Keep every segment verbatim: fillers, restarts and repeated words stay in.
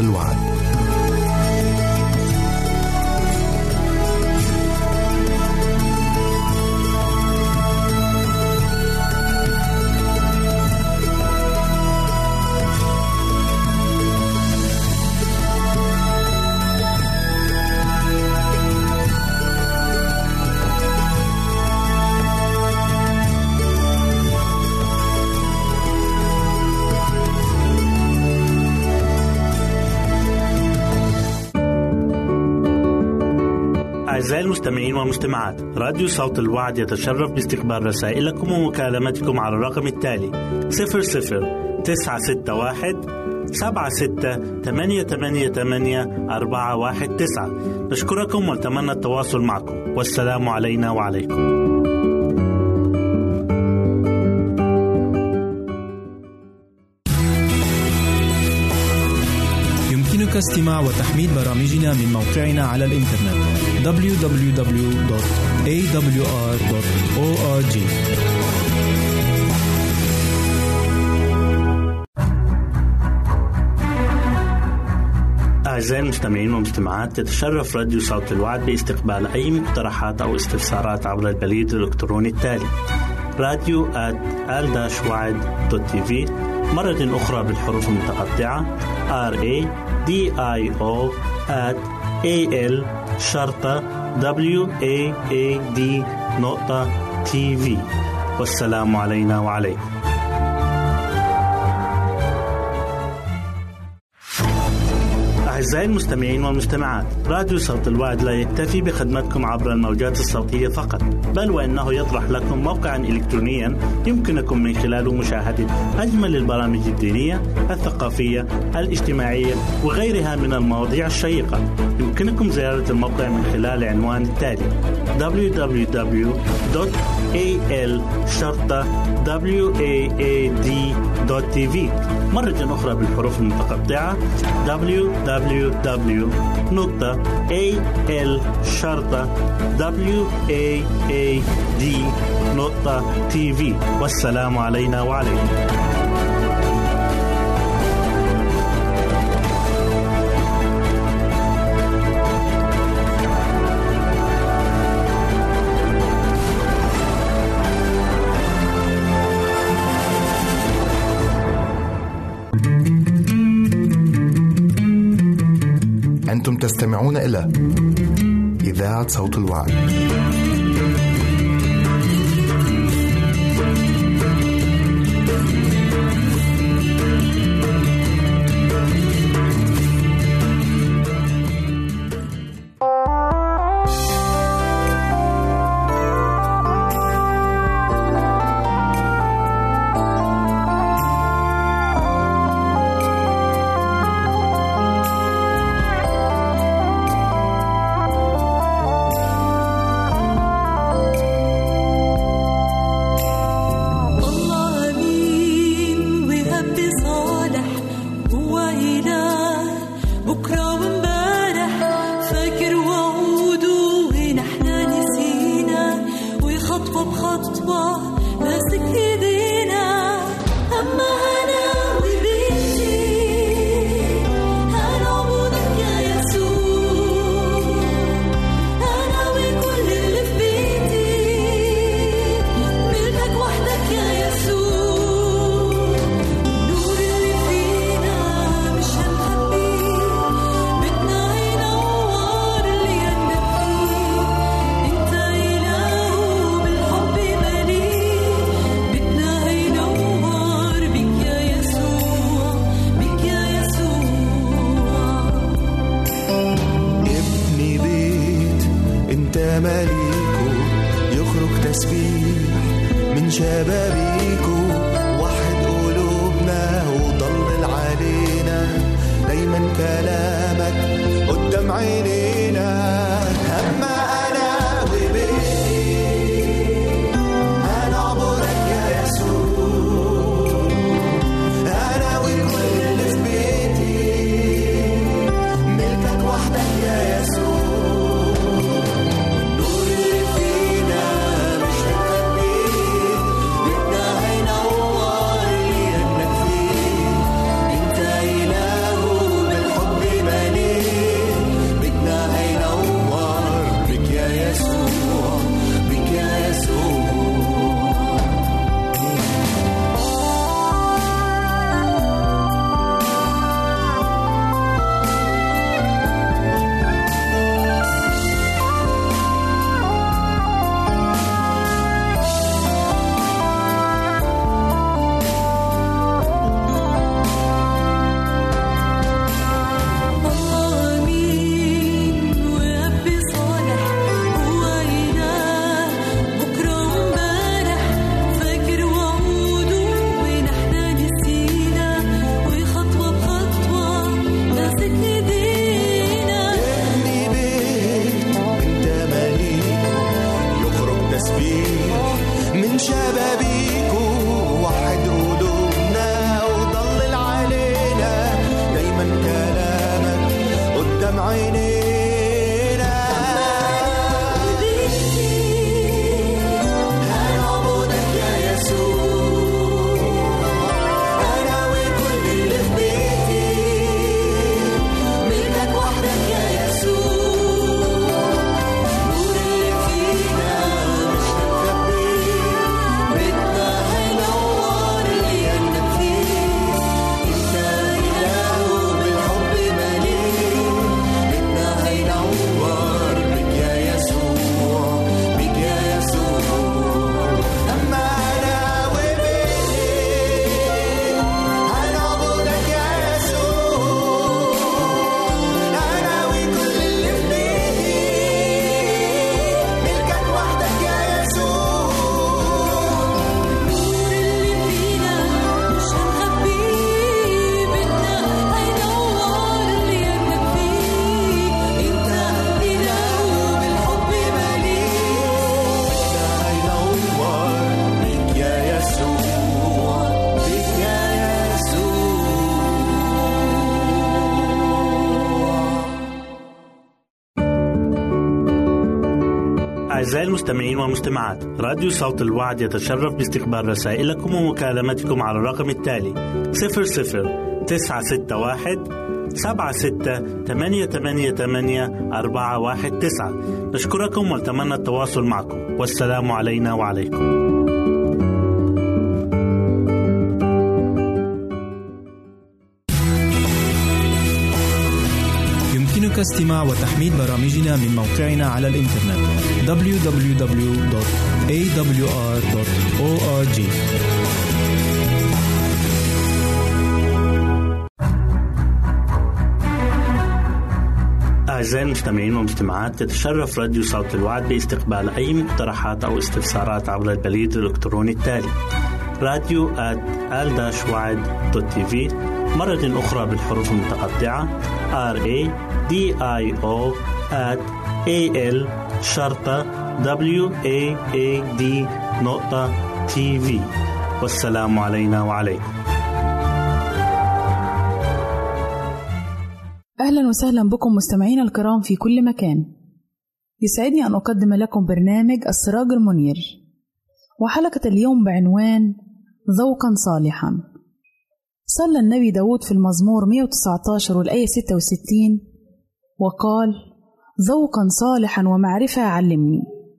الوعد. أعزائي المستمعين والمستمعات، راديو صوت الوعد يتشرف باستقبال رسائلكم ومكالمتكم على الرقم التالي صفر صفر تسعة ستة واحد سبعة ستة ثمانية ثمانية ثمانية أربعة واحد تسعة. نشكركم ونتمنى التواصل معكم، والسلام علينا وعليكم. يمكنك استماع وتحميل برامجنا من موقعنا على الإنترنت دبليو دبليو دبليو دوت إيه دبليو آر دوت أو آر جي. أعزائي المستمعين والمستمعات، تتشرف راديو صوت الوعد باستقبال أي مقترحات أو استفسارات عبر البريد الإلكتروني التالي راديو آت آل وعد دوت تي في، مرة أخرى بالحروف المتقطعة R A D I O at A L شرطة W A A D نقطة تي في. والسلام علينا وعليكم. أعزائي المستمعين والمستمعات، راديو صوت الوعد لا يكتفي بخدمتكم عبر الموجات الصوتية فقط، بل وإنه يطرح لكم موقعا إلكترونيا يمكنكم من خلاله مشاهدة أجمل البرامج الدينية، الثقافية، الاجتماعية وغيرها من المواضيع الشيقة. يمكنكم زيارة الموقع من خلال عنوان التالي دبليو دبليو دبليو دوت إيه إل شرطة W A A D دوت تي في، مرة أخرى بالحروف المتقطعة دبليو دبليو دبليو دوت إيه إل شرطة W A A D دوت تي في. والسلام علينا وعليكم. أنتم تستمعون إلى إذاعة صوت الوعد. أعزائي المستمعين والمستمعات، راديو صوت الوعد يتشرف باستقبال رسائلكم ومكالمتكم على الرقم التالي صفر صفر تسعة ستة واحد سبعة ستة ثمانية ثمانية ثمانية أربعة واحد تسعة. نشكركم ونتمنى التواصل معكم، والسلام علينا وعليكم. يمكنك استماع وتحميل برامجنا من موقعنا على الإنترنت دبليو دبليو دبليو دوت إيه دبليو آر دوت أو آر جي. أعزائي المستمعين والمستمعات، تتشرف راديو صوت الوعد باستقبال أي مقترحات أو استفسارات عبر البريد الإلكتروني التالي راديو آت آل وعد دوت تي في، مرة أخرى بالحروف المتقطعة R A D I O at A L شرطة W A A D نقطة تي في. والسلام علينا وعليكم. أهلا وسهلا بكم مستمعينا الكرام في كل مكان. يسعدني أن أقدم لكم برنامج السراج المنير، وحلقة اليوم بعنوان ذوقا صالحا. صلى النبي داود في المزمور مئة وتسعة عشر والآية ستة وستين وقال: ذوقا صالحا ومعرفة علمني.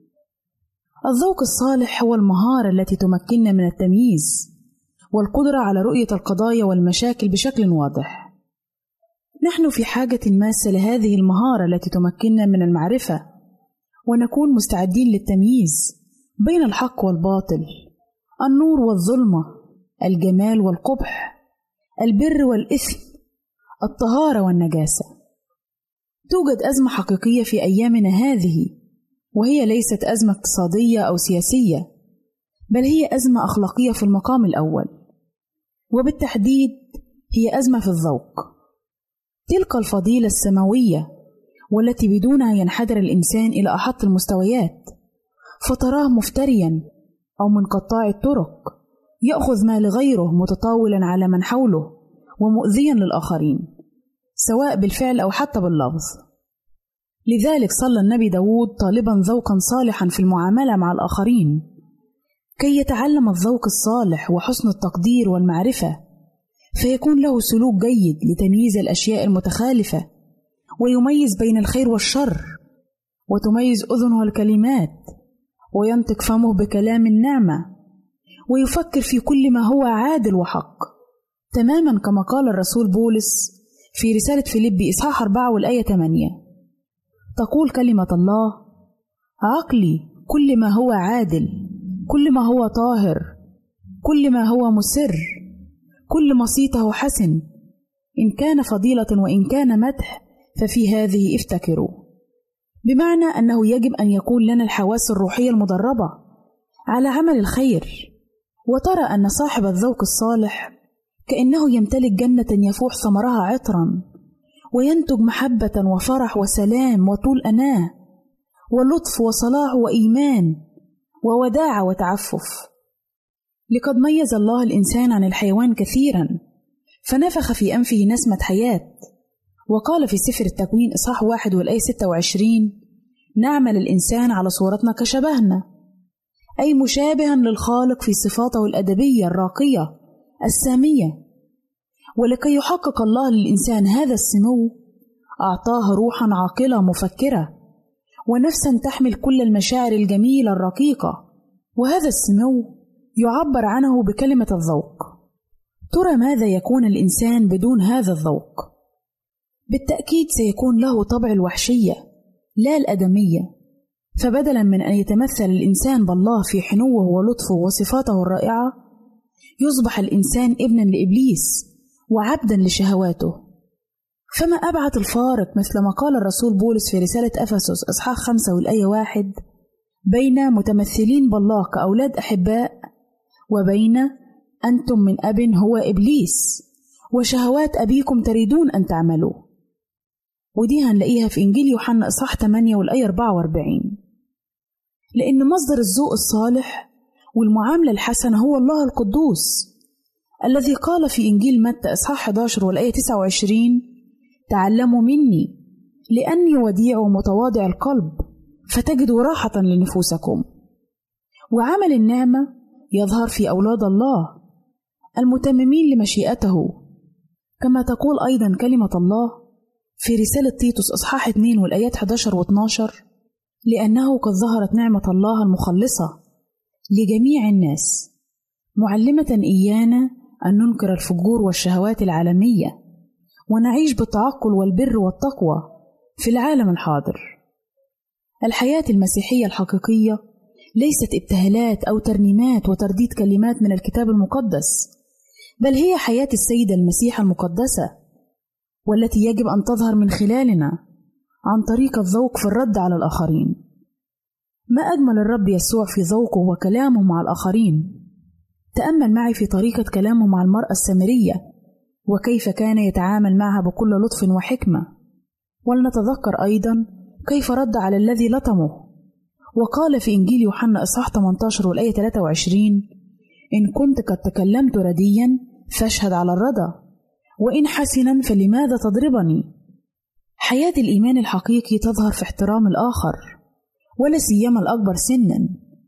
الذوق الصالح هو المهارة التي تمكننا من التمييز والقدرة على رؤية القضايا والمشاكل بشكل واضح. نحن في حاجة ماسة لهذه المهارة التي تمكننا من المعرفة، ونكون مستعدين للتمييز بين الحق والباطل، النور والظلمة، الجمال والقبح، البر والإثم، الطهارة والنجاسة. توجد أزمة حقيقية في أيامنا هذه، وهي ليست أزمة اقتصادية أو سياسية، بل هي أزمة أخلاقية في المقام الأول، وبالتحديد هي أزمة في الذوق. تلك الفضيلة السماوية والتي بدونها ينحدر الإنسان إلى أحط المستويات، فتراه مفتريا أو من قطاع الطرق، يأخذ ما لغيره متطاولا على من حوله ومؤذيا للآخرين، سواء بالفعل أو حتى باللفظ. لذلك صلى النبي داود طالبا ذوقا صالحا في المعاملة مع الآخرين، كي يتعلم الذوق الصالح وحسن التقدير والمعرفة، فيكون له سلوك جيد لتمييز الأشياء المتخالفة، ويميز بين الخير والشر، وتميز أذنه الكلمات، وينطق فمه بكلام النعمة، ويفكر في كل ما هو عادل وحق، تماما كما قال الرسول بولس في رسالة فيليبي إصحاح أربعة والآية ثمانية. تقول كلمة الله: عقلي كل ما هو عادل، كل ما هو طاهر، كل ما هو مسر، كل مصيته حسن، إن كان فضيلة وإن كان مدح ففي هذه افتكروا. بمعنى أنه يجب أن يكون لنا الحواس الروحية المدربة على عمل الخير. وترى أن صاحب الذوق الصالح كأنه يمتلك جنة يفوح ثمرها عطرا، وينتج محبة وفرح وسلام وطول أناة ولطف وصلاح وإيمان ووداعة وتعفف. لقد ميز الله الإنسان عن الحيوان كثيرا، فنفخ في أنفه نسمة حياة، وقال في سفر التكوين إصحاح واحد والآية ستة وعشرين: نعمل الإنسان على صورتنا كشبهنا، أي مشابها للخالق في صفاته الأدبية الراقية السامية. ولكي يحقق الله للإنسان هذا السمو، أعطاه روحا عاقلة مفكرة، ونفسا تحمل كل المشاعر الجميلة الرقيقة، وهذا السمو يعبر عنه بكلمة الذوق. ترى ماذا يكون الإنسان بدون هذا الذوق؟ بالتأكيد سيكون له طبع الوحشية لا الأدمية، فبدلا من أن يتمثل الإنسان بالله في حنوه ولطفه وصفاته الرائعة، يصبح الإنسان ابنا لإبليس وعبدا لشهواته. فما أبعد الفارق، مثل ما قال الرسول بولس في رسالة أفسس إصحاح خمسة والآية واحد: بين متمثلين بالله كأولاد أحباء، وبين أنتم من أب هو إبليس، وشهوات أبيكم تريدون أن تعملوا. ودي هنلاقيها في إنجيل يوحنا إصحاح ثمانية والآية أربعة وأربعين. لأن مصدر الذوق الصالح والمعاملة الحسنة هو الله القدوس، الذي قال في إنجيل متى إصحاح إحدى عشر والآية تسعة وعشرين: تعلموا مني لأني وديع ومتواضع القلب، فتجدوا راحة لنفوسكم. وعمل النعمة يظهر في أولاد الله المتممين لمشيئته، كما تقول أيضا كلمة الله في رسالة تيتوس إصحاح اثنين والآيات إحدى عشر واثني عشر: لأنه قد ظهرت نعمة الله المخلصة لجميع الناس، معلمة إيانا أن ننكر الفجور والشهوات العالمية ونعيش بالتعقل والبر والتقوى في العالم الحاضر. الحياة المسيحية الحقيقية ليست ابتهالات أو ترنيمات وترديد كلمات من الكتاب المقدس، بل هي حياة السيدة المسيحة المقدسة، والتي يجب أن تظهر من خلالنا عن طريق الذوق في الرد على الآخرين. ما أجمل الرب يسوع في ذوقه وكلامه مع الآخرين. تأمل معي في طريقة كلامه مع المرأة السامرية وكيف كان يتعامل معها بكل لطف وحكمة. ولنتذكر أيضا كيف رد على الذي لطمه وقال في إنجيل يوحنا إصحاح ثمانية عشر والآية ثلاثة وعشرين: إن كنت قد تكلمت رديا فاشهد على الردى، وإن حسنا فلماذا تضربني؟ حياة الإيمان الحقيقي تظهر في احترام الآخر ولا سيما الأكبر سنا.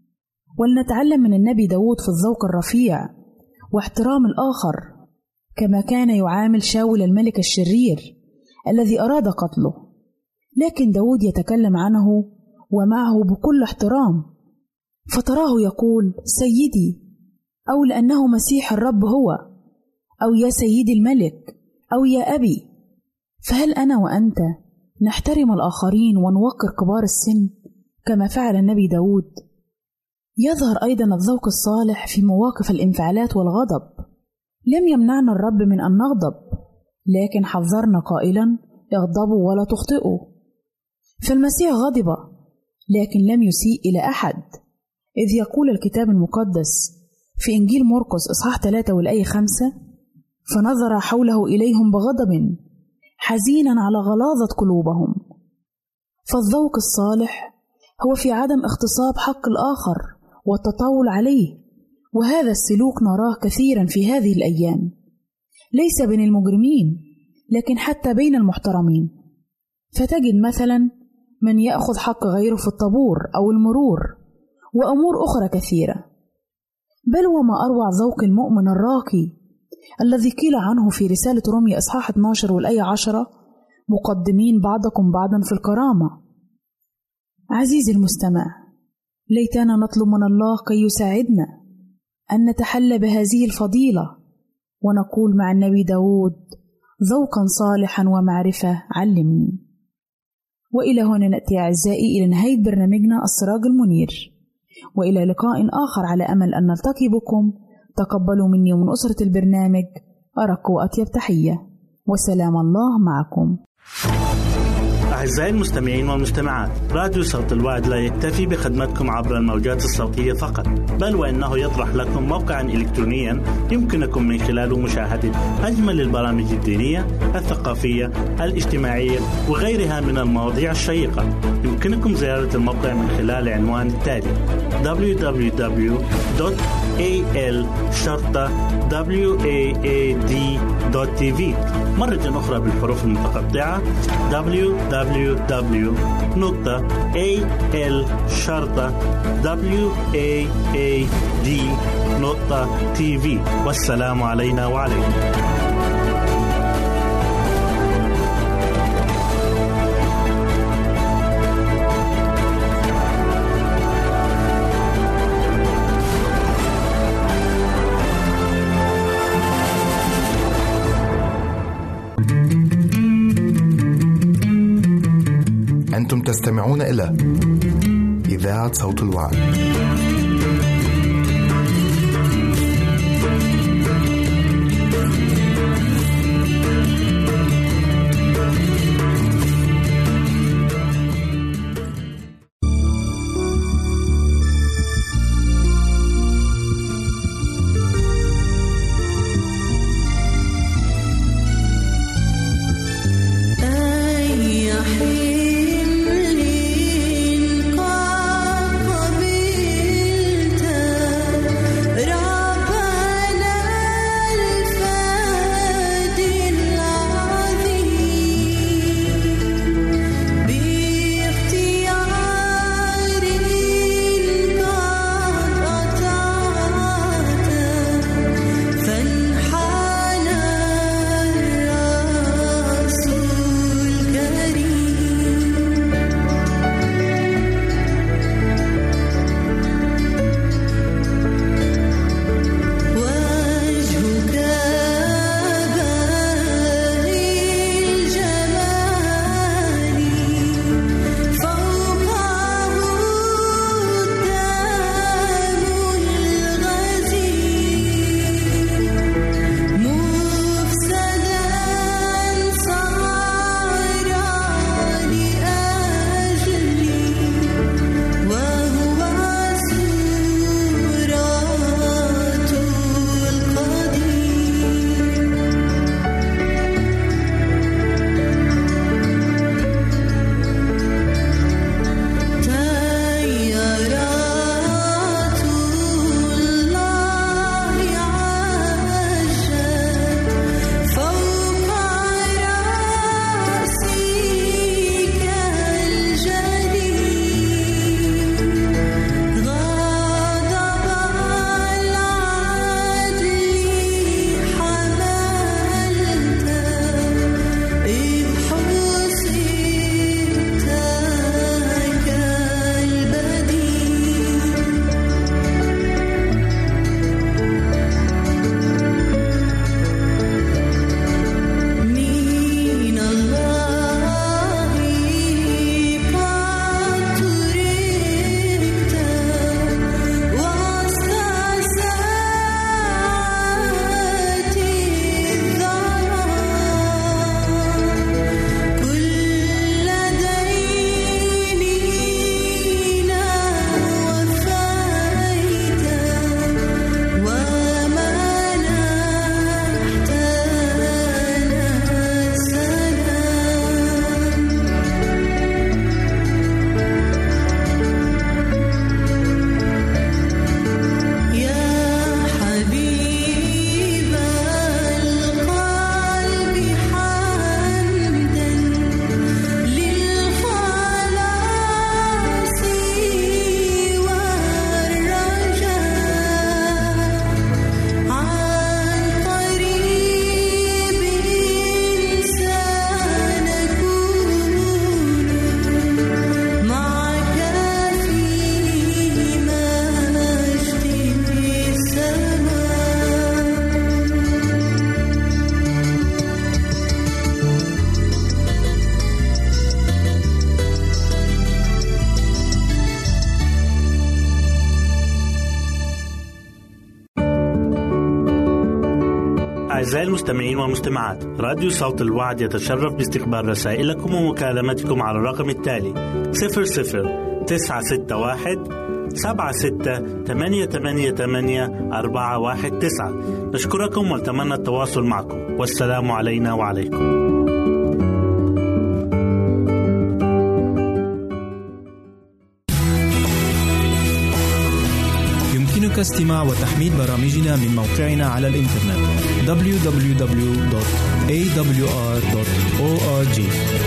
ولنتعلم من النبي داود في الذوق الرفيع واحترام الآخر، كما كان يعامل شاول الملك الشرير الذي أراد قتله، لكن داود يتكلم عنه ومعه بكل احترام، فتراه يقول سيدي، أو لأنه مسيح الرب هو، أو يا سيدي الملك، أو يا أبي. فهل أنا وأنت نحترم الآخرين ونوقر كبار السن كما فعل النبي داود؟ يظهر أيضا الذوق الصالح في مواقف الانفعالات والغضب. لم يمنعنا الرب من أن نغضب، لكن حذرنا قائلا: اغضبوا ولا تخطئوا. فالمسيح غضب لكن لم يسيء إلى أحد، إذ يقول الكتاب المقدس في إنجيل مرقس إصحاح ثلاثة والآية خمسة: فنظر حوله إليهم بغضب حزينا على غلاظة قلوبهم. فالذوق الصالح هو في عدم اغتصاب حق الآخر والتطاول عليه، وهذا السلوك نراه كثيرا في هذه الأيام، ليس بين المجرمين لكن حتى بين المحترمين. فتجد مثلا من يأخذ حق غيره في الطابور أو المرور وأمور أخرى كثيرة. بل وما أروع ذوق المؤمن الراقي الذي قيل عنه في رسالة رومية إصحاح اثني عشر والآية عشرة: مقدمين بعضكم بعضا في الكرامة. عزيزي المستمع، ليتنا نطلب من الله كي يساعدنا أن نتحلى بهذه الفضيلة ونقول مع النبي داود: ذوقا صالحا ومعرفة علمني. وإلى هنا نأتي أعزائي إلى نهاية برنامجنا السراج المنير، وإلى لقاء آخر على أمل أن نلتقي بكم. تقبلوا مني ومن أسرة البرنامج أرق وأطيب تحية، وسلام الله معكم. أعزائي المستمعين والمستمعات، راديو صوت الوعد لا يكتفي بخدمتكم عبر الموجات الصوتية فقط، بل وإنه يطرح لكم موقعا إلكترونيا يمكنكم من خلاله مشاهدة أجمل البرامج الدينية، الثقافية، الاجتماعية وغيرها من المواضيع الشيقة. يمكنكم زيارة الموقع من خلال العنوان التالي: دبليو دبليو دبليو دوت إيه إل شرطة واد دوت تي في. مرة أخرى بالحروف المتقطعة: دبليو دبليو دبليو دوت إيه إل شرطة واد دوت تي في. والسلام علينا وعليكم. أنتم تستمعون إلى إذاعة صوت الوعد. حمل قاطبين أعزائي المستمعين والمستمعات، راديو صوت الوعد يتشرف باستقبال رسائلكم ومكالمتكم على الرقم التالي صفر صفر تسعة ستة واحد سبعة ستة ثمانية ثمانية ثمانية أربعة واحد تسعة. نشكركم ونتمنى التواصل معكم، والسلام علينا وعليكم. يمكنك استماع وتحميل برامجنا من موقعنا على الإنترنت دبليو دبليو دبليو دوت إيه دبليو آر دوت أو آر جي.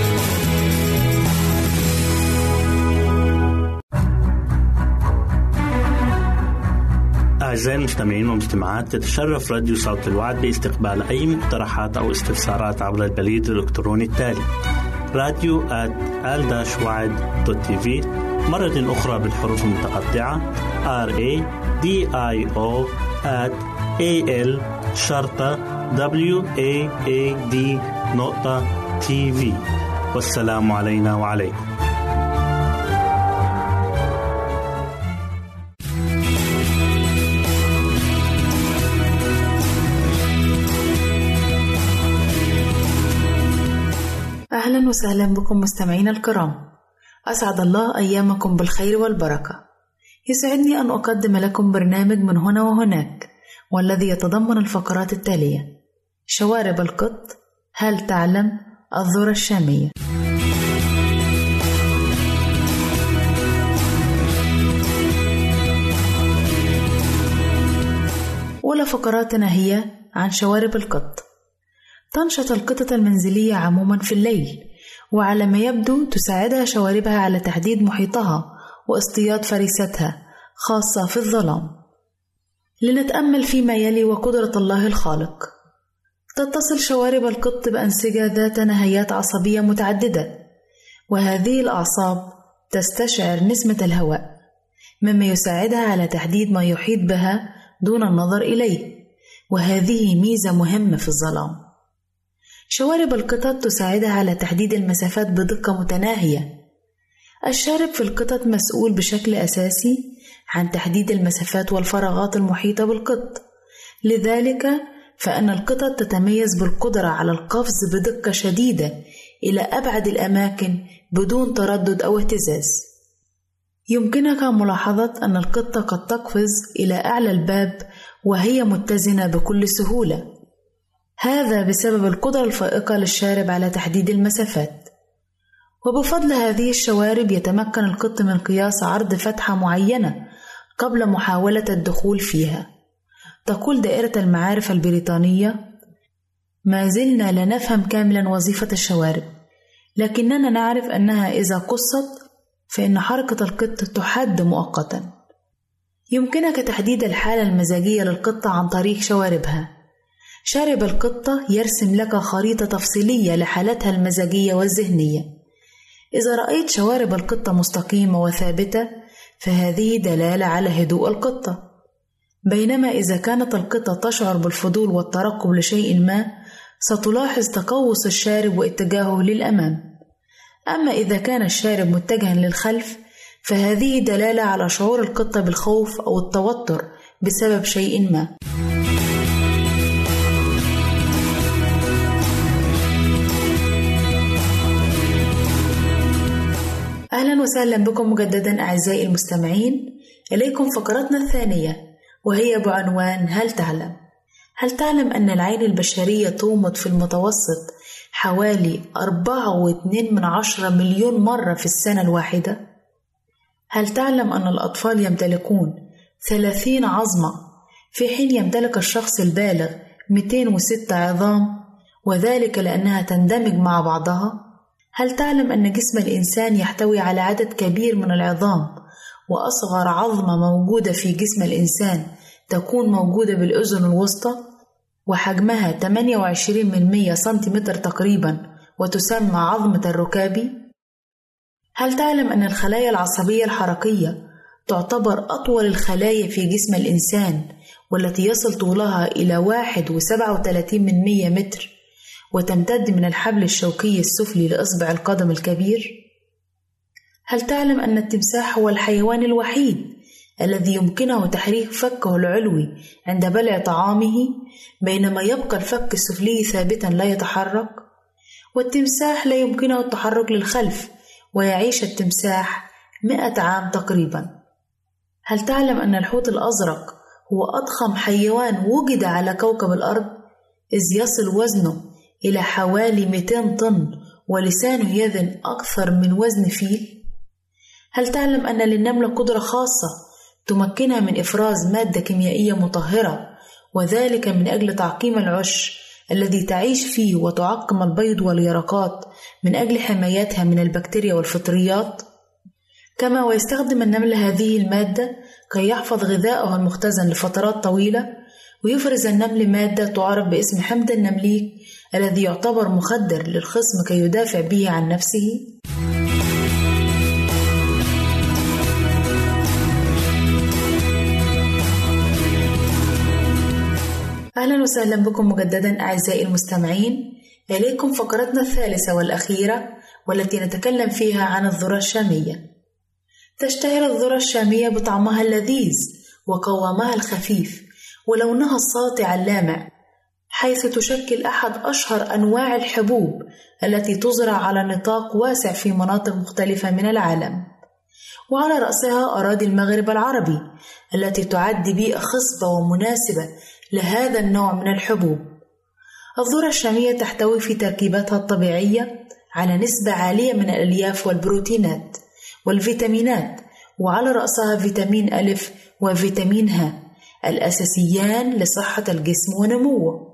أعزائي المستمعين والمستمعات، تتشرف راديو صوت الوعد باستقبال أي مقترحات أو استفسارات عبر البريد الإلكتروني التالي راديو آت آل وعد دوت تي في، مرة أخرى بالحروف المتقطعة R A D I O at A L شرطة W A A D نقطة تي في. والسلام علينا وعليكم. أهلا وسهلا بكم مستمعينا الكرام، أسعد الله أيامكم بالخير والبركة. يسعدني أن أقدم لكم برنامج من هنا وهناك، والذي يتضمن الفقرات التالية: شوارب القط، هل تعلم، الذرة الشامية. أولى فقراتنا هي عن شوارب القط. تنشط القطط المنزلية عموما في الليل، وعلى ما يبدو تساعدها شواربها على تحديد محيطها واصطياد فريستها، خاصة في الظلام. لنتأمل فيما يلي وقدرة الله الخالق. تتصل شوارب القط بأنسجة ذات نهايات عصبية متعددة، وهذه الأعصاب تستشعر نسمة الهواء، مما يساعدها على تحديد ما يحيط بها دون النظر إليه، وهذه ميزة مهمة في الظلام. شوارب القطط تساعدها على تحديد المسافات بدقة متناهية. الشارب في القطط مسؤول بشكل أساسي عن تحديد المسافات والفراغات المحيطة بالقط، لذلك فإن القطط تتميز بالقدرة على القفز بدقة شديدة إلى أبعد الأماكن بدون تردد أو اهتزاز. يمكنك ملاحظة أن القطة قد تقفز إلى أعلى الباب وهي متزنة بكل سهولة، هذا بسبب القدرة الفائقة للشارب على تحديد المسافات. وبفضل هذه الشوارب يتمكن القط من قياس عرض فتحة معينة قبل محاولة الدخول فيها. تقول دائرة المعارف البريطانية: ما زلنا لا نفهم كاملا وظيفة الشوارب، لكننا نعرف أنها إذا قصت فإن حركة القط تحد مؤقتا. يمكنك تحديد الحالة المزاجية للقطة عن طريق شواربها. شارب القطة يرسم لك خريطة تفصيلية لحالتها المزاجية والذهنية. إذا رأيت شوارب القطة مستقيمة وثابتة فهذه دلالة على هدوء القطة، بينما إذا كانت القطة تشعر بالفضول والترقب لشيء ما ستلاحظ تقوس الشارب واتجاهه للأمام. أما إذا كان الشارب متجها للخلف فهذه دلالة على شعور القطة بالخوف أو التوتر بسبب شيء ما. أهلا وسهلا بكم مجددا أعزائي المستمعين. إليكم فقرتنا الثانية، وهي بعنوان هل تعلم؟ هل تعلم أن العين البشرية تومض في المتوسط حوالي أربعة واتنين من عشرة مليون مرة في السنة الواحدة؟ هل تعلم أن الأطفال يمتلكون ثلاثين عظمة في حين يمتلك الشخص البالغ مئتين وستة عظام، وذلك لأنها تندمج مع بعضها؟ هل تعلم أن جسم الإنسان يحتوي على عدد كبير من العظام، وأصغر عظمة موجودة في جسم الإنسان تكون موجودة بالأذن الوسطى، وحجمها ثمانية وعشرين من مئة سنتيمتر تقريبا، وتسمى عظمة الركابي؟ هل تعلم أن الخلايا العصبية الحركية تعتبر أطول الخلايا في جسم الإنسان، والتي يصل طولها إلى واحد وسبعة وثلاثين من مئة متر، وتمتد من الحبل الشوكي السفلي لإصبع القدم الكبير؟ هل تعلم أن التمساح هو الحيوان الوحيد الذي يمكنه تحريك فكه العلوي عند بلع طعامه بينما يبقى الفك السفلي ثابتا لا يتحرك؟ والتمساح لا يمكنه التحرك للخلف ويعيش التمساح مئة عام تقريبا. هل تعلم أن الحوت الأزرق هو أضخم حيوان وجد على كوكب الأرض، إذ يصل وزنه إلى حوالي مئتين طن ولسانه يذن أكثر من وزن فيل؟ هل تعلم أن للنملة قدرة خاصة تمكنها من إفراز مادة كيميائية مطهرة، وذلك من أجل تعقيم العش الذي تعيش فيه وتعقم البيض واليرقات من أجل حمايتها من البكتيريا والفطريات؟ كما ويستخدم النمل هذه المادة كي يحفظ غذائه المختزن لفترات طويلة، ويفرز النمل مادة تعرف باسم حمض النمليك الذي يعتبر مخدر للخصم كي يدافع به عن نفسه. أهلا وسهلا بكم مجددا أعزائي المستمعين. إليكم فقرتنا الثالثة والأخيرة والتي نتكلم فيها عن الذرة الشامية. تشتهر الذرة الشامية بطعمها اللذيذ وقوامها الخفيف ولونها الساطع اللامع، حيث تشكل أحد أشهر أنواع الحبوب التي تزرع على نطاق واسع في مناطق مختلفة من العالم، وعلى رأسها أراضي المغرب العربي التي تعد بيئة خصبة ومناسبة لهذا النوع من الحبوب. الذرة الشامية تحتوي في تركيباتها الطبيعية على نسبة عالية من الألياف والبروتينات والفيتامينات، وعلى رأسها فيتامين ألف وفيتامين ه الأساسيان لصحة الجسم ونموه.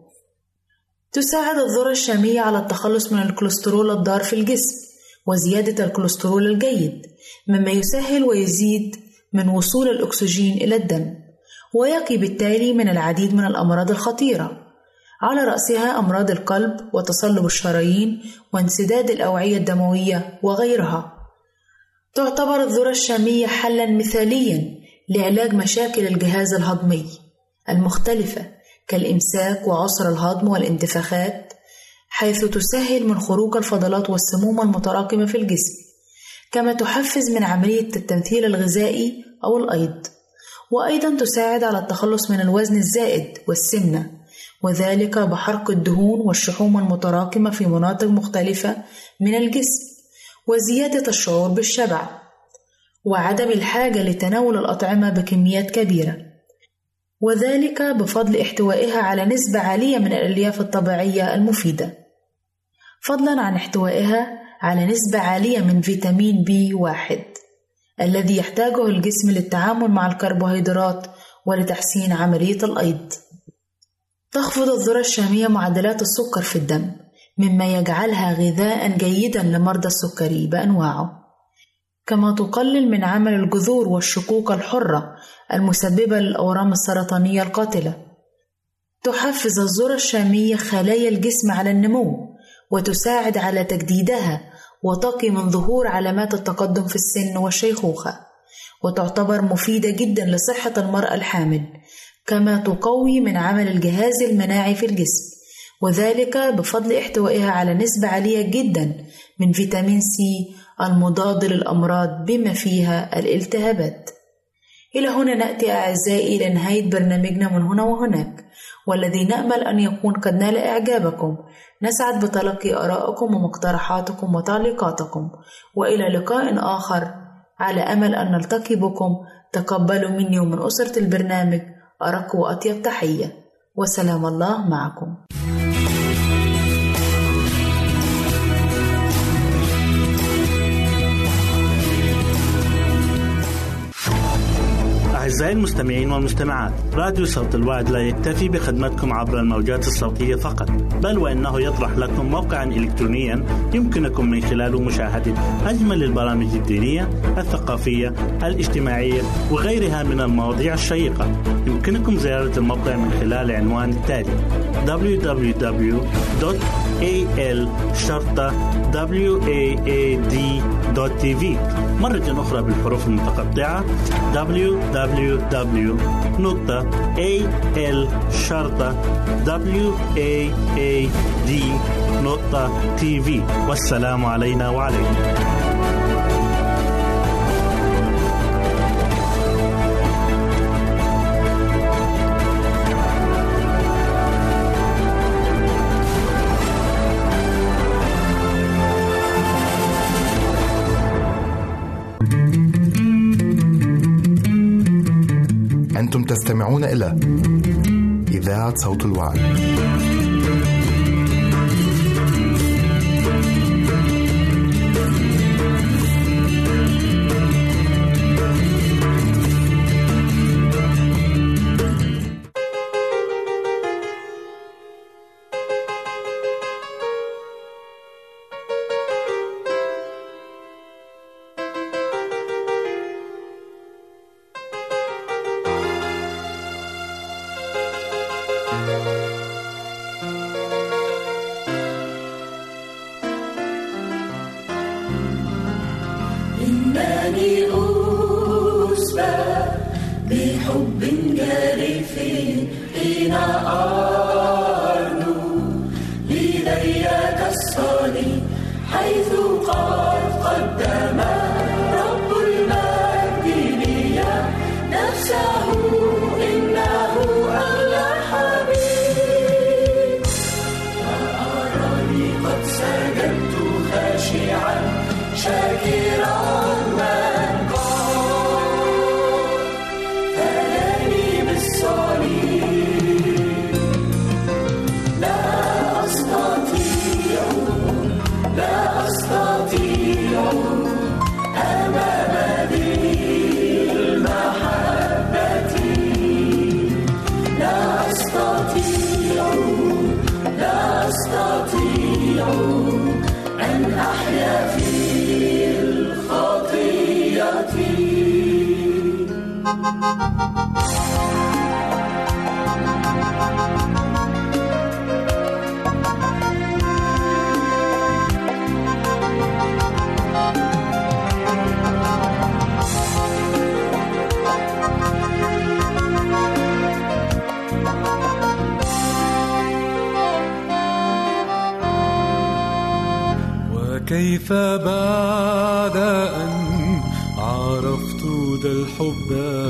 تساعد الذرة الشامية على التخلص من الكوليسترول الضار في الجسم وزيادة الكوليسترول الجيد، مما يسهل ويزيد من وصول الأكسجين إلى الدم، ويقي بالتالي من العديد من الأمراض الخطيرة، على رأسها أمراض القلب وتصلب الشرايين وانسداد الأوعية الدموية وغيرها. تعتبر الذرة الشامية حلاً مثالياً لعلاج مشاكل الجهاز الهضمي المختلفة كالإمساك وعسر الهضم والانتفاخات، حيث تسهل من خروج الفضلات والسموم المتراكمة في الجسم، كما تحفز من عملية التمثيل الغذائي أو الأيض، وأيضاً تساعد على التخلص من الوزن الزائد والسمنة، وذلك بحرق الدهون والشحوم المتراكمة في مناطق مختلفة من الجسم، وزيادة الشعور بالشبع، وعدم الحاجة لتناول الأطعمة بكميات كبيرة، وذلك بفضل احتوائها على نسبة عالية من الألياف الطبيعية المفيدة، فضلا عن احتوائها على نسبة عالية من فيتامين بي واحد الذي يحتاجه الجسم للتعامل مع الكربوهيدرات ولتحسين عملية الأيض. تخفض الذرة الشامية معدلات السكر في الدم، مما يجعلها غذاء جيدا لمرضى السكري بأنواعه، كما تقلل من عمل الجذور والشقوق الحرة المسببة للأورام السرطانية القاتلة. تحفز الذرة الشامية خلايا الجسم على النمو وتساعد على تجديدها وتقي من ظهور علامات التقدم في السن والشيخوخة، وتعتبر مفيدة جدا لصحة المرأة الحامل، كما تقوي من عمل الجهاز المناعي في الجسم، وذلك بفضل احتوائها على نسبة عالية جدا من فيتامين سي المضاد للأمراض بما فيها الالتهابات. إلى هنا نأتي أعزائي إلى نهاية برنامجنا من هنا وهناك، والذي نأمل أن يكون قد نال إعجابكم. نسعد بتلقي آرائكم ومقترحاتكم وتعليقاتكم، وإلى لقاء آخر على أمل أن نلتقي بكم. تقبلوا مني ومن أسرة البرنامج أرق وأطيب تحية، وسلام الله معكم. أعزائي المستمعين والمستمعات، راديو صوت الوعد لا يكتفي بخدمتكم عبر الموجات الصوتية فقط، بل وإنه يطرح لكم موقعا إلكترونيا يمكنكم من خلاله مشاهدة أجمل البرامج الدينية، الثقافية، الاجتماعية وغيرها من المواضيع الشيقة. يمكنكم زيارة الموقع من خلال العنوان التالي دبليو دبليو دبليو دوت إيه إل شرطة واد دوت تي في. مرة أخرى بالحروف المتقطعة دبليو دبليو دبليو دوت إيه إل شرطة واد دوت تي في. والسلام علينا وعليكم. أنتم تستمعون إلى إذاعة صوت الوعد. إنني أسبى بحب جارف حين أرنو لديك الصليب حيث قد قدم رب المجد لي نفسه إنه أغلى حبيب وأراني قد سجدت خاشعا شاكرا من قال فداني بالصليب. لا أستطيع لا أستطيع أمام ذي المحبة، لا أستطيع لا أستطيع أن أحيا في وكيف بعد أن عرفت ذا الحب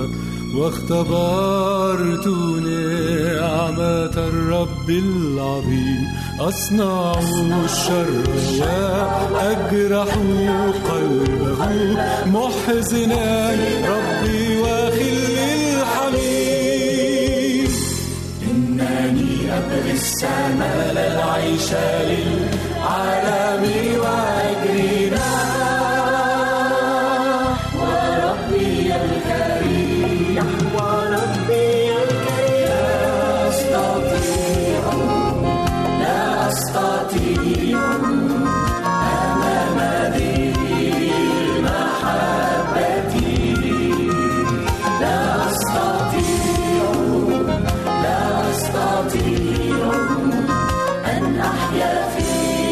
واختبرت نعمة الرب العظيم أصنع الشر وأجرح قلبه محزنا ربي وخلي الحميم. إنني أبغي السماء لا العيش للعالم وأجرينا وربي الكريم وربي الكريم. لا أستطيع لا أستطيع أمام ذي المحبة، لا أستطيع لا أستطيع أن أحيا في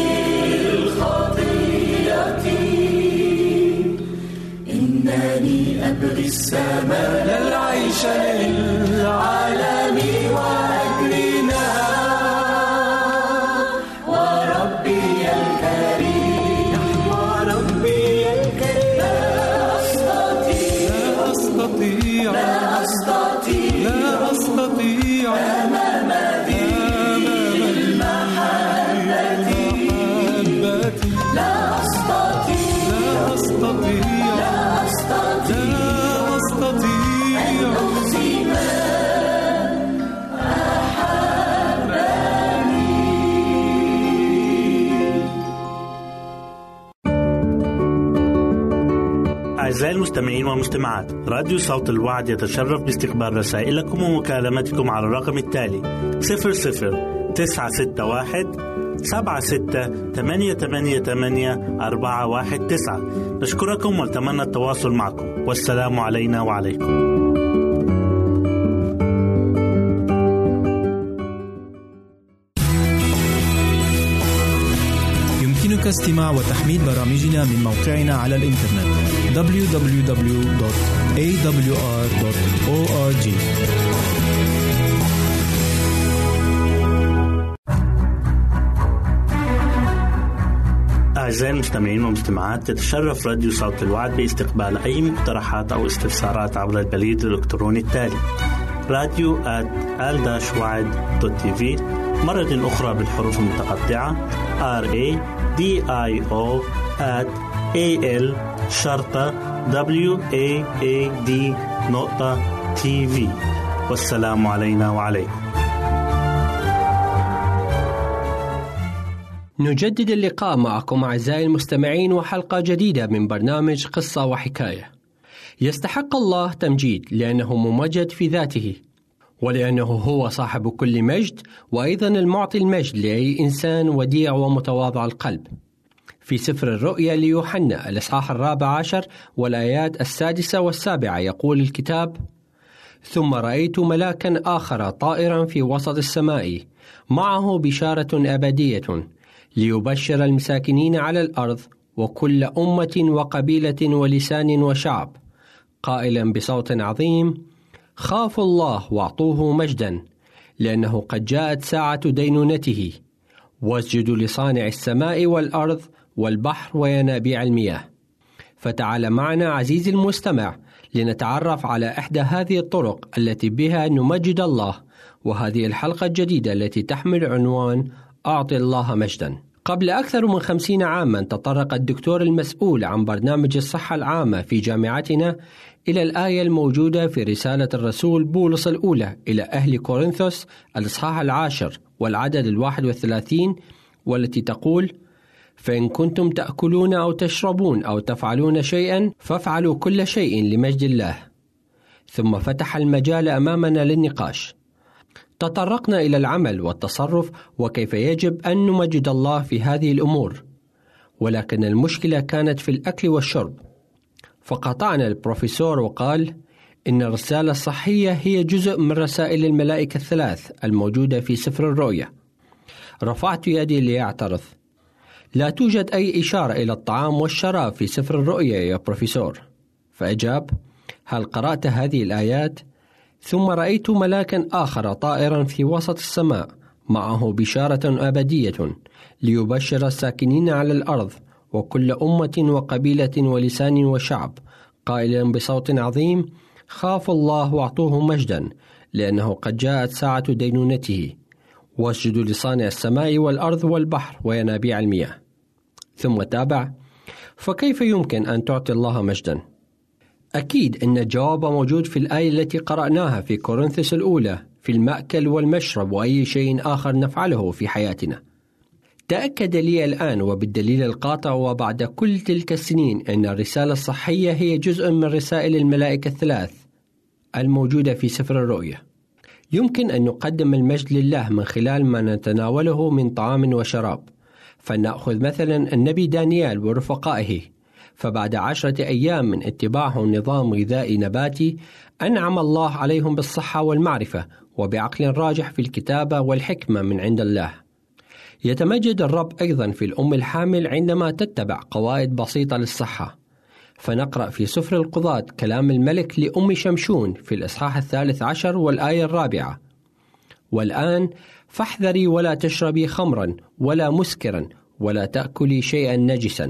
الخطيئة. إنني أبغي السماء لا العيش للعالم وأجرنا وربي الكريم وربي الكريم. لا أستطيع لا أستطيع لا أستطيع أمام ذي المحبة، لا أستطيع لا أستطيع لا أستطيع أن أهزم أعزائي المستمعين والمستمعات، راديو صوت الوعد يتشرف باستقبال رسائلكم ومكالمتكم على الرقم التالي صفر صفر تسعة ستة واحد سبعة ستة ثمانية ثمانية ثمانية أربعة واحد تسعة. نشكركم ونتمنى التواصل معكم، والسلام علينا وعليكم. يمكنك استماع وتحميل برامجنا من موقعنا على الإنترنت دبليو دبليو دبليو دوت إيه دبليو آر دوت أو آر جي. أعزائي المستمعين والمستمعات، تتشرف راديو صوت الوعد باستقبال أي مقترحات أو استفسارات عبر البريد الإلكتروني التالي راديو آت آل وعد دوت تي في، مرة أخرى بالحروف المتقطعة آر إيه دي آي أو آت إيه إل شرطة واد نقطة تي في. والسلام علينا وعليكم. نجدد اللقاء معكم أعزائي المستمعين وحلقة جديدة من برنامج قصة وحكاية. يستحق الله تمجيد لأنه ممجد في ذاته، ولأنه هو صاحب كل مجد، وأيضا المعطي المجد لأي إنسان وديع ومتواضع القلب. في سفر الرؤيا ليوحنا الإصحاح الرابع عشر والآيات السادسة والسابعة يقول الكتاب: ثم رأيت ملاكا آخر طائرا في وسط السماء معه بشارة أبدية ليبشر المساكنين على الأرض وكل أمة وقبيلة ولسان وشعب، قائلا بصوت عظيم: خافوا الله واعطوه مجدا، لأنه قد جاءت ساعة دينونته، واسجدوا لصانع السماء والأرض والبحر وينابيع المياه. فتعال معنا عزيزي المستمع لنتعرف على إحدى هذه الطرق التي بها نمجد الله، وهذه الحلقة الجديدة التي تحمل عنوان أعطي الله مجدا. قبل أكثر من خمسين عاما تطرق الدكتور المسؤول عن برنامج الصحة العامة في جامعتنا إلى الآية الموجودة في رسالة الرسول بولس الأولى إلى أهل كورنثوس الإصحاح العاشر والعدد الواحد والثلاثين، والتي تقول: فإن كنتم تأكلون أو تشربون أو تفعلون شيئا فافعلوا كل شيء لمجد الله. ثم فتح المجال أمامنا للنقاش. تطرقنا إلى العمل والتصرف وكيف يجب أن نمجد الله في هذه الأمور، ولكن المشكلة كانت في الأكل والشرب. فقاطعنا البروفيسور وقال إن الرسالة الصحية هي جزء من رسائل الملائكة الثلاث الموجودة في سفر الرؤيا. رفعت يدي ليعترض: لا توجد أي إشارة إلى الطعام والشراب في سفر الرؤيا يا بروفيسور. فأجاب: هل قرأت هذه الآيات؟ ثم رأيت ملاكا آخر طائرا في وسط السماء معه بشارة أبدية ليبشر الساكنين على الأرض وكل أمة وقبيلة ولسان وشعب، قائلا بصوت عظيم: خافوا الله واعطوه مجدا، لأنه قد جاءت ساعة دينونته، واسجدوا لصانع السماء والأرض والبحر وينابيع المياه. ثم تابع: فكيف يمكن أن تعطي الله مجدا؟ أكيد أن الجواب موجود في الآية التي قرأناها في كورنثوس الأولى في المأكل والمشرب وأي شيء آخر نفعله في حياتنا. تأكد لي الآن وبالدليل القاطع وبعد كل تلك السنين أن الرسالة الصحية هي جزء من رسائل الملائكة الثلاث الموجودة في سفر الرؤيا. يمكن أن نقدم المجد لله من خلال ما نتناوله من طعام وشراب. فلنأخذ مثلا النبي دانيال ورفقائه، فبعد عشرة أيام من اتباعهم نظام غذائي نباتي أنعم الله عليهم بالصحة والمعرفة وبعقل راجح في الكتابة والحكمة من عند الله. يتمجد الرب أيضا في الأم الحامل عندما تتبع قواعد بسيطة للصحة. فنقرأ في سفر القضاة كلام الملك لأم شمشون في الإصحاح الثالث عشر والآية الرابعة: والآن فاحذري ولا تشربي خمرا ولا مسكرا ولا تأكلي شيئا نجسا.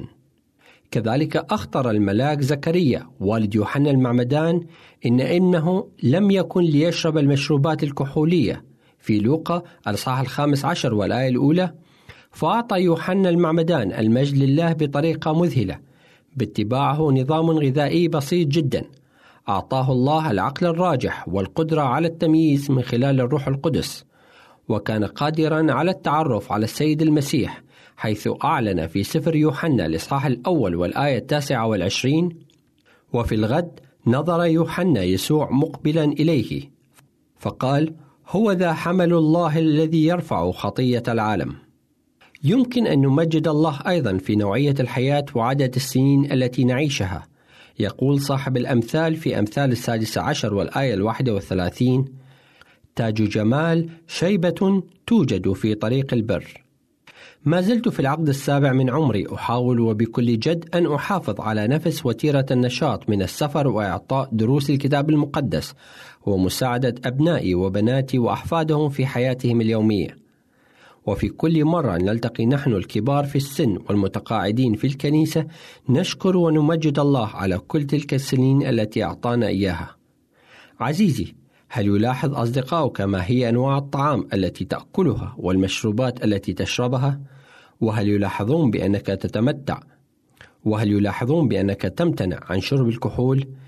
كذلك أخطر الملاك زكريا والد يوحنا المعمدان إن إنه لم يكن ليشرب المشروبات الكحولية في لوقا الإصحاح الخامس عشر والآية الأولى. فأعطى يوحنا المعمدان المجد لله بطريقة مذهلة باتباعه نظام غذائي بسيط جدا. أعطاه الله العقل الراجح والقدرة على التمييز من خلال الروح القدس، وكان قادرا على التعرف على السيد المسيح، حيث أعلن في سفر يوحنا الإصحاح الأول والآية التاسعة والعشرين: وفي الغد نظر يوحنا يسوع مقبلا إليه فقال: هو ذا حمل الله الذي يرفع خطية العالم. يمكن أن نمجد الله أيضا في نوعية الحياة وعدد السنين التي نعيشها. يقول صاحب الأمثال في أمثال السادسة عشر والآية الواحدة والثلاثين: تاج جمال شيبة توجد في طريق البر. ما زلت في العقد السابع من عمري أحاول وبكل جد أن أحافظ على نفس وتيرة النشاط من السفر وإعطاء دروس الكتاب المقدس ومساعدة أبنائي وبناتي وأحفادهم في حياتهم اليومية. وفي كل مرة نلتقي نحن الكبار في السن والمتقاعدين في الكنيسة نشكر ونمجد الله على كل تلك السنين التي أعطانا إياها. عزيزي، هل يلاحظ أصدقائك ما هي أنواع الطعام التي تأكلها والمشروبات التي تشربها؟ وهل يلاحظون بأنك تتمتع؟ وهل يلاحظون بأنك تمتنع عن شرب الكحول؟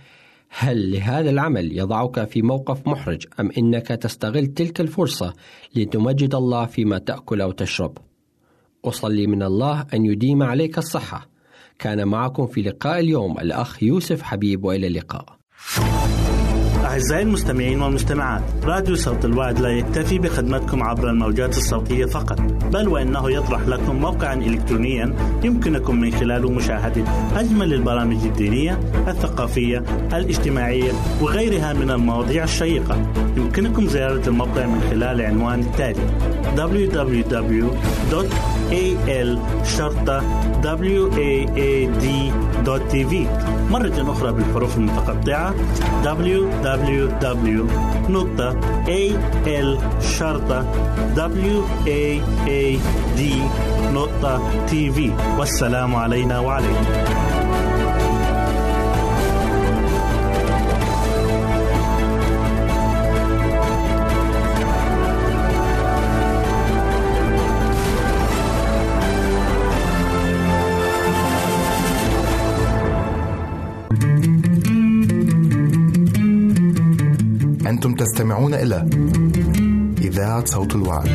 هل لهذا العمل يضعك في موقف محرج أم إنك تستغل تلك الفرصة لتمجد الله فيما تأكل أو تشرب؟ أصلي من الله أن يديم عليك الصحة. كان معكم في لقاء اليوم الأخ يوسف حبيب، وإلى اللقاء. أعزائي المستمعين والمستمعات، راديو صوت الوعد لا يكتفي بخدمتكم عبر الموجات الصوتية فقط، بل وإنه يطرح لكم موقعا إلكترونيا يمكنكم من خلاله مشاهدة أجمل البرامج الدينية، الثقافية، الاجتماعية وغيرها من المواضيع الشيقة. يمكنكم زيارة الموقع من خلال العنوان التالي دبليو دبليو دبليو دوت إيه إل شرطة واد دوت تي في. مرة أخرى بالحروف المتقطعة دبليو دبليو دبليو دوت إيه إل شرطة واد دوت تي في. والسلام علينا وعليكم. أنتم تستمعون إلى إذاعة صوت الوعد.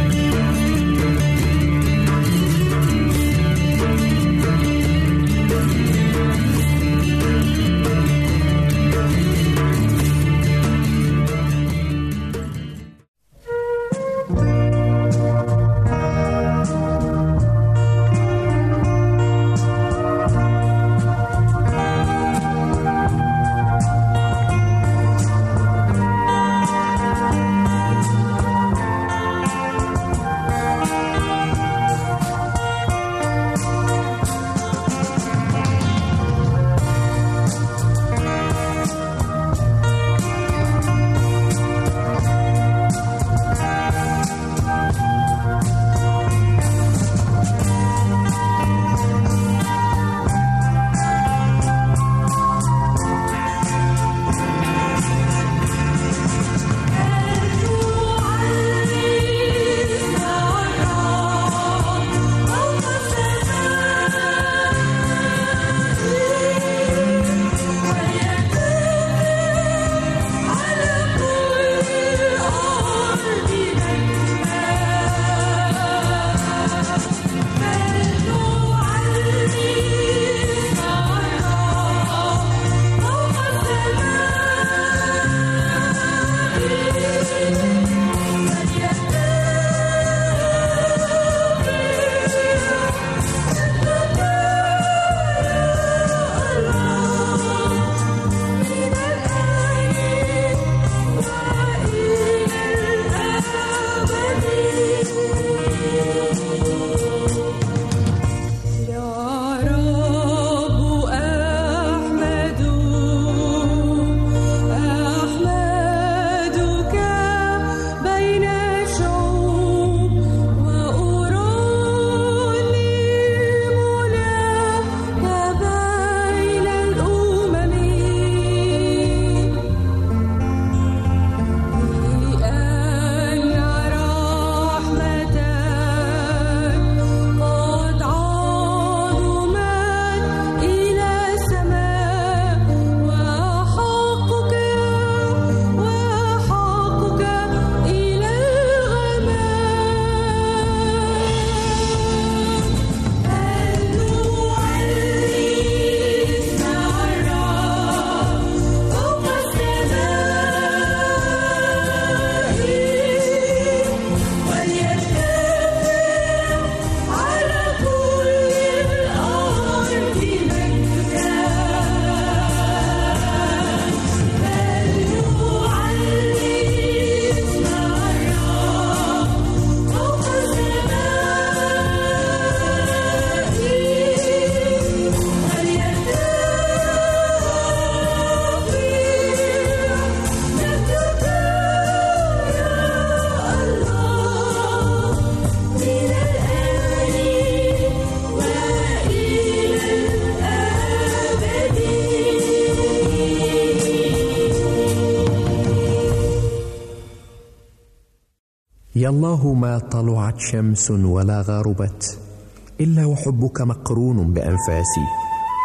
يا الله ما طلعت شمس ولا غربت إلا وحبك مقرون بأنفاسي.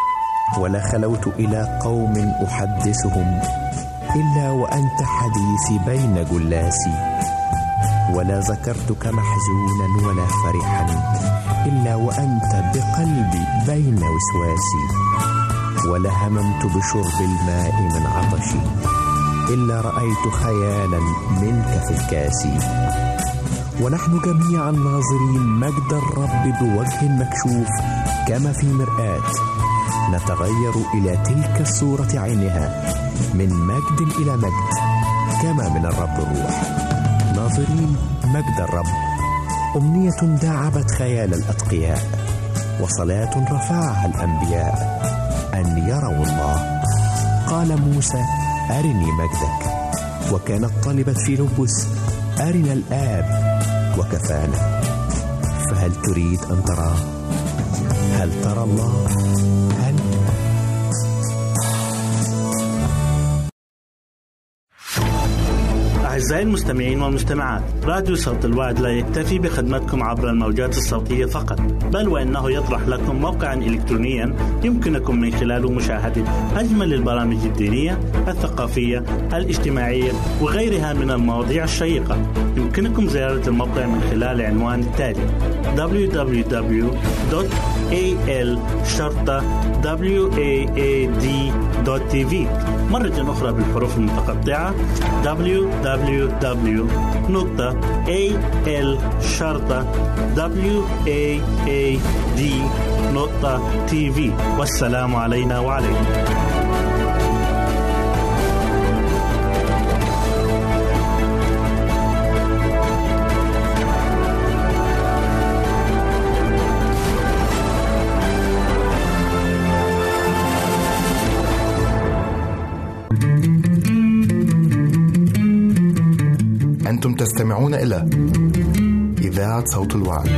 ولا خلوت إلى قوم أحدثهم إلا وأنت حديثي بين جلاسي، ولا ذكرتك محزونا ولا فرحا إلا وأنت بقلبي بين وسواسي، ولا هممت بشرب الماء من عطشي إلا رأيت خيالا منك في الكاس. ونحن جميعا ناظرين مجد الرب بوجه مكشوف كما في مرآة، نتغير إلى تلك الصورة عينها من مجد إلى مجد كما من الرب الروح، ناظرين مجد الرب. أمنية داعبت خيال الأتقياء، وصلاة رفعها الأنبياء أن يروا الله. قال موسى أرني مجدك، وكانت طالبت في لبس أرنا الآب وكفانا. فهل تريد أن تراه؟ هل ترى الله؟ هل أعزائي المستمعين والمستمعات، راديو صوت الوعد لا يكتفي بخدمتكم عبر الموجات الصوتية فقط، بل وإنه يطرح لكم موقعا إلكترونيا يمكنكم من خلاله مشاهدة أجمل البرامج الدينية، الثقافية، الاجتماعية وغيرها من المواضيع الشيقة. يمكنكم زيارة الموقع من خلال العنوان التالي دبليو دبليو دبليو دوت إيه إل شرطة واد دوت تي في. مرة أخرى بالحروف المتقطعة دبليو دبليو دبليو دوت إيه إل شرطة واد دوت تي في. والسلام علينا وعليكم. أنتم تستمعون إلى إذاعة صوت الوعد.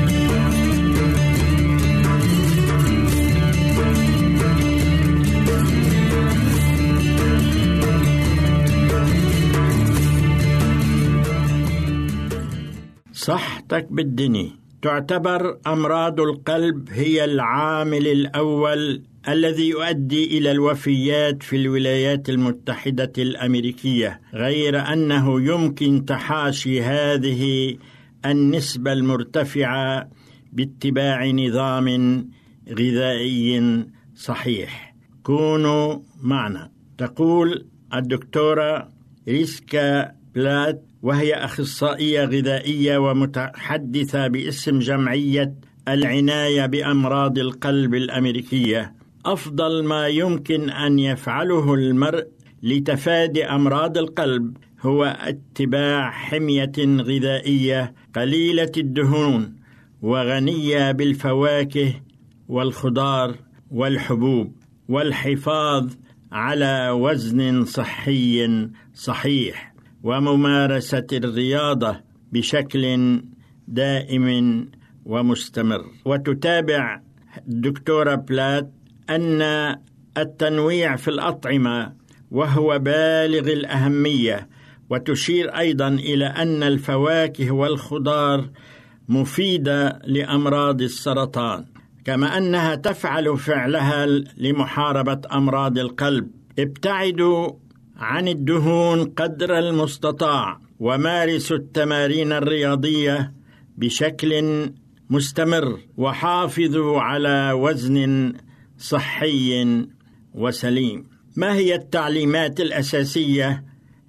صحتك بالدنيا. تعتبر أمراض القلب هي العامل الأول الذي يؤدي إلى الوفيات في الولايات المتحدة الأمريكية، غير أنه يمكن تحاشي هذه النسبة المرتفعة باتباع نظام غذائي صحيح. كونوا معنا. تقول الدكتورة ريسكا بلات، وهي أخصائية غذائية ومتحدثة باسم جمعية العناية بأمراض القلب الأمريكية: أفضل ما يمكن أن يفعله المرء لتفادي أمراض القلب هو اتباع حمية غذائية قليلة الدهون وغنية بالفواكه والخضار والحبوب، والحفاظ على وزن صحي صحيح، وممارسة الرياضة بشكل دائم ومستمر. وتتابع الدكتورة بلات أن التنويع في الأطعمة وهو بالغ الأهمية، وتشير أيضا إلى أن الفواكه والخضار مفيدة لأمراض السرطان، كما أنها تفعل فعلها لمحاربة أمراض القلب. ابتعدوا عن الدهون قدر المستطاع، ومارسوا التمارين الرياضية بشكل مستمر، وحافظوا على وزن صحي وسليم. ما هي التعليمات الأساسية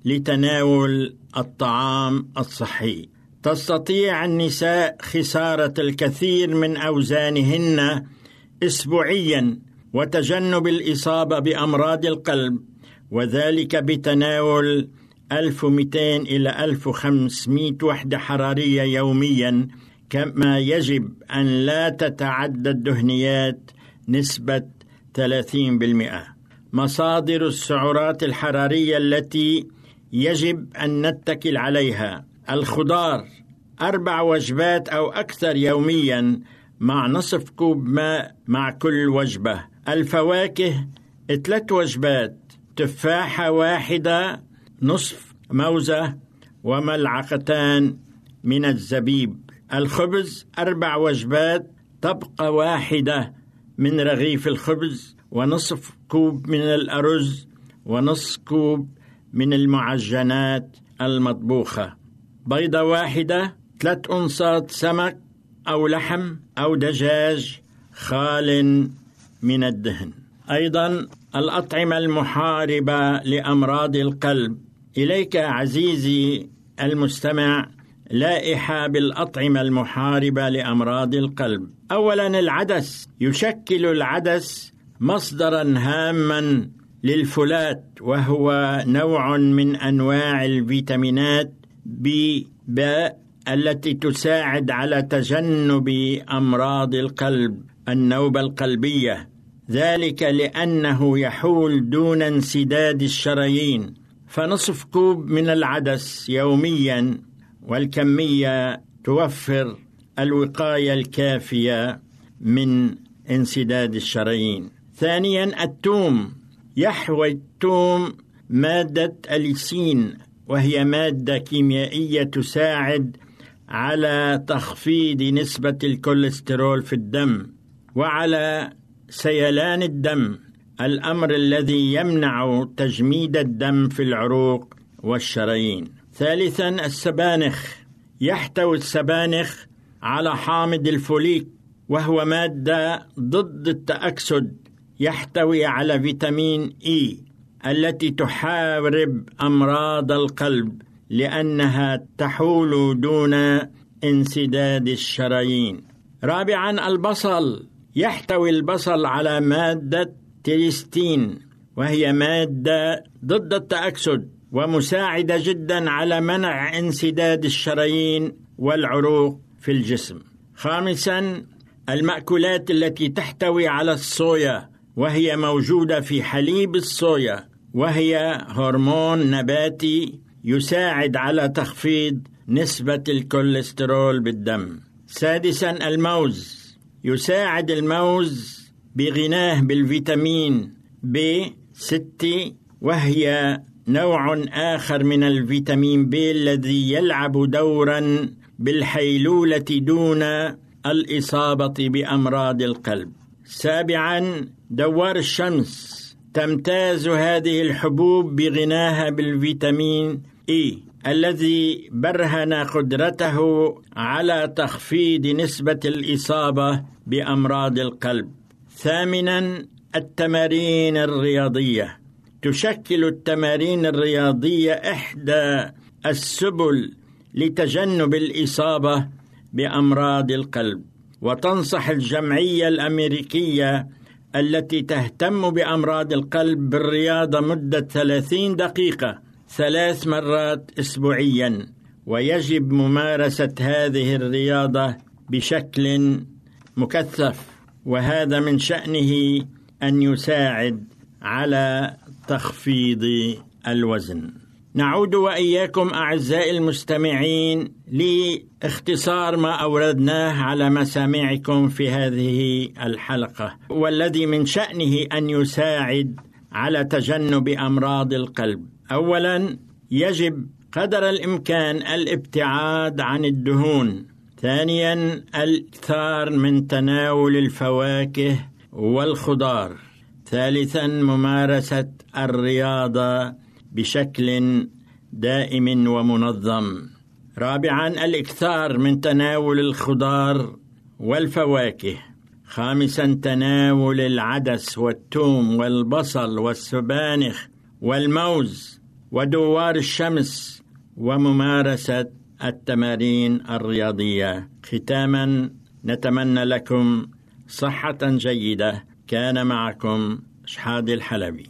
لتناول الطعام الصحي؟ تستطيع النساء خسارة الكثير من أوزانهن أسبوعياً وتجنب الإصابة بأمراض القلب، وذلك بتناول ألف ومئتين إلى ألف وخمسمئة وحدة حرارية يومياً، كما يجب أن لا تتعدى الدهنيات نسبة ثلاثين بالمئة. مصادر السعرات الحرارية التي يجب أن نتكل عليها: الخضار أربع وجبات أو أكثر يومياً مع نصف كوب ماء مع كل وجبة. الفواكه ثلاث وجبات: تفاحة واحدة، نصف موزة، وملعقتان من الزبيب. الخبز أربع وجبات، طبقة واحدة من رغيف الخبز، ونصف كوب من الأرز ونصف كوب من المعجنات المطبوخة، بيضة واحدة، ثلاث أنصات سمك أو لحم أو دجاج خال من الدهن. أيضا الأطعمة المحاربة لأمراض القلب. إليك عزيزي المستمع لائحة بالأطعمة المحاربة لأمراض القلب. أولا العدس. يشكل العدس مصدرا هاما للفولات، وهو نوع من أنواع الفيتامينات بي باء التي تساعد على تجنب أمراض القلب، النوبة القلبية، ذلك لأنه يحول دون انسداد الشرايين. فنصف كوب من العدس يوميا، والكمية توفر الوقاية الكافية من انسداد الشرايين. ثانيا الثوم. يحوي الثوم مادة الليسين، وهي مادة كيميائية تساعد على تخفيض نسبة الكوليسترول في الدم وعلى سيلان الدم، الأمر الذي يمنع تجميد الدم في العروق والشرايين. ثالثا السبانخ. يحتوي السبانخ على حامض الفوليك، وهو مادة ضد التأكسد. يحتوي على فيتامين إي التي تحارب أمراض القلب لأنها تحول دون انسداد الشرايين. رابعا البصل. يحتوي البصل على مادة تيرستين، وهي مادة ضد التأكسد ومساعدة جدا على منع انسداد الشرايين والعروق في الجسم. خامسا المأكولات التي تحتوي على الصويا، وهي موجودة في حليب الصويا، وهي هرمون نباتي يساعد على تخفيض نسبة الكوليسترول بالدم. سادسا الموز. يساعد الموز بغناه بالفيتامين بي ستة، وهي نوع آخر من الفيتامين بي الذي يلعب دورا بالحيلولة دون الإصابة بأمراض القلب. سابعا دوار الشمس. تمتاز هذه الحبوب بغناها بالفيتامين إي الذي برهن قدرته على تخفيض نسبة الإصابة بأمراض القلب. ثامنا التمارين الرياضية. تشكل التمارين الرياضية إحدى السبل لتجنب الإصابة بأمراض القلب، وتنصح الجمعية الأمريكية التي تهتم بأمراض القلب بالرياضة مدة ثلاثين دقيقة ثلاث مرات أسبوعيا، ويجب ممارسة هذه الرياضة بشكل مكثف، وهذا من شأنه أن يساعد على تخفيض الوزن. نعود وإياكم أعزائي المستمعين لاختصار ما أوردناه على مسامعكم في هذه الحلقة، والذي من شأنه أن يساعد على تجنب أمراض القلب. أولا يجب قدر الإمكان الابتعاد عن الدهون. ثانيا الإكثار من تناول الفواكه والخضار. ثالثا ممارسة الرياضة بشكل دائم ومنظم. رابعا الإكثار من تناول الخضار والفواكه. خامسا تناول العدس والثوم والبصل والسبانخ والموز ودوار الشمس، وممارسة التمارين الرياضية. ختاما نتمنى لكم صحة جيدة. كان معكم شحاد الحلبي.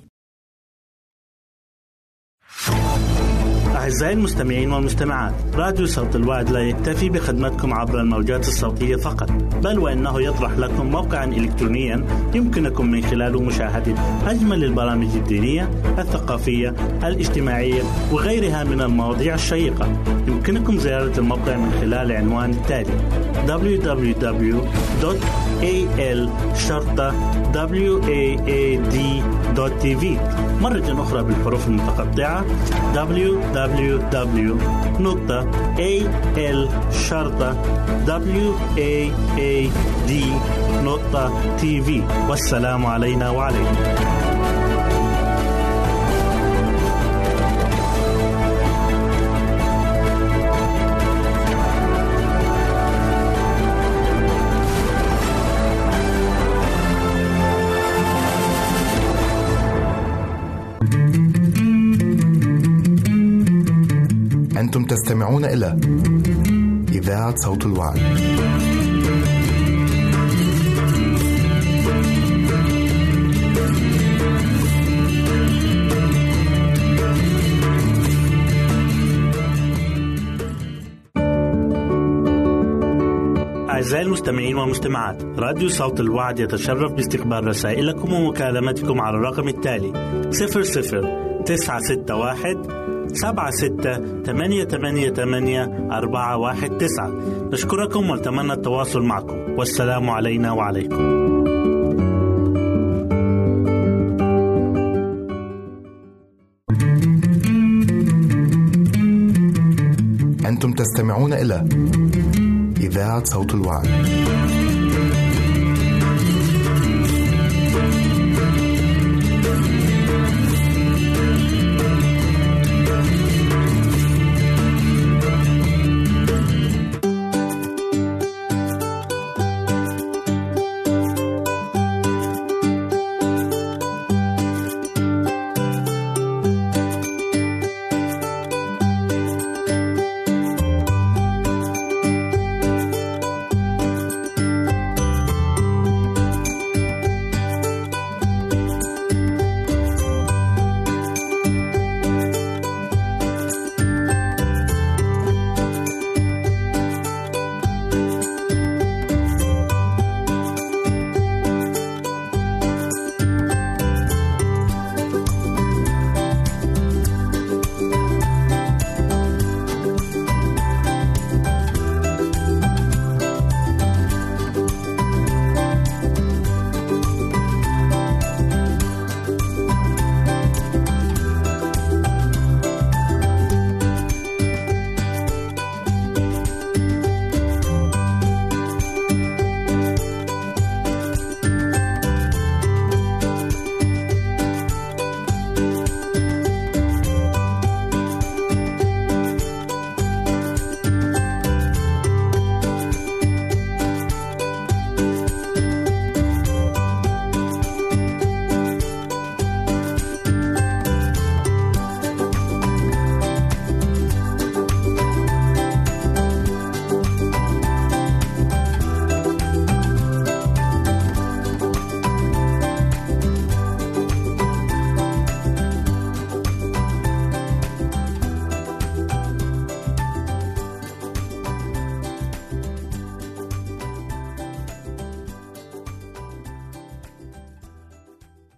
أعزائي المستمعين والمستمعات، راديو صوت الوعد لا يكتفي بخدمتكم عبر الموجات الصوتية فقط، بل وإنه يطرح لكم موقعا إلكترونيا يمكنكم من خلاله مشاهدة أجمل البرامج الدينية، الثقافية، الاجتماعية وغيرها من المواضيع الشيقة. يمكنكم زيارة الموقع من خلال العنوان التالي دبليو دبليو دبليو دوت إيه إل شرطة واد دوت تي في. مرة أخرى بالحروف المتقطعة دبليو دبليو دبليو دوت إيه إل شرطة واد دوت تي في. والسلام علينا وعليكم. أنتم تستمعون إلى إذاعة صوت الوعد. أعزائي المستمعين والمستمعات، راديو صوت الوعد يتشرف باستقبال رسائلكم ومكالمتكم على الرقم التالي صفر صفر تسعة ستة واحد سبعة ستة ثمانية ثمانية ثمانية أربعة واحد تسعة. نشكركم ونتمنى التواصل معكم، والسلام علينا وعليكم. أنتم تستمعون إلى إذاعة صوت الوعد.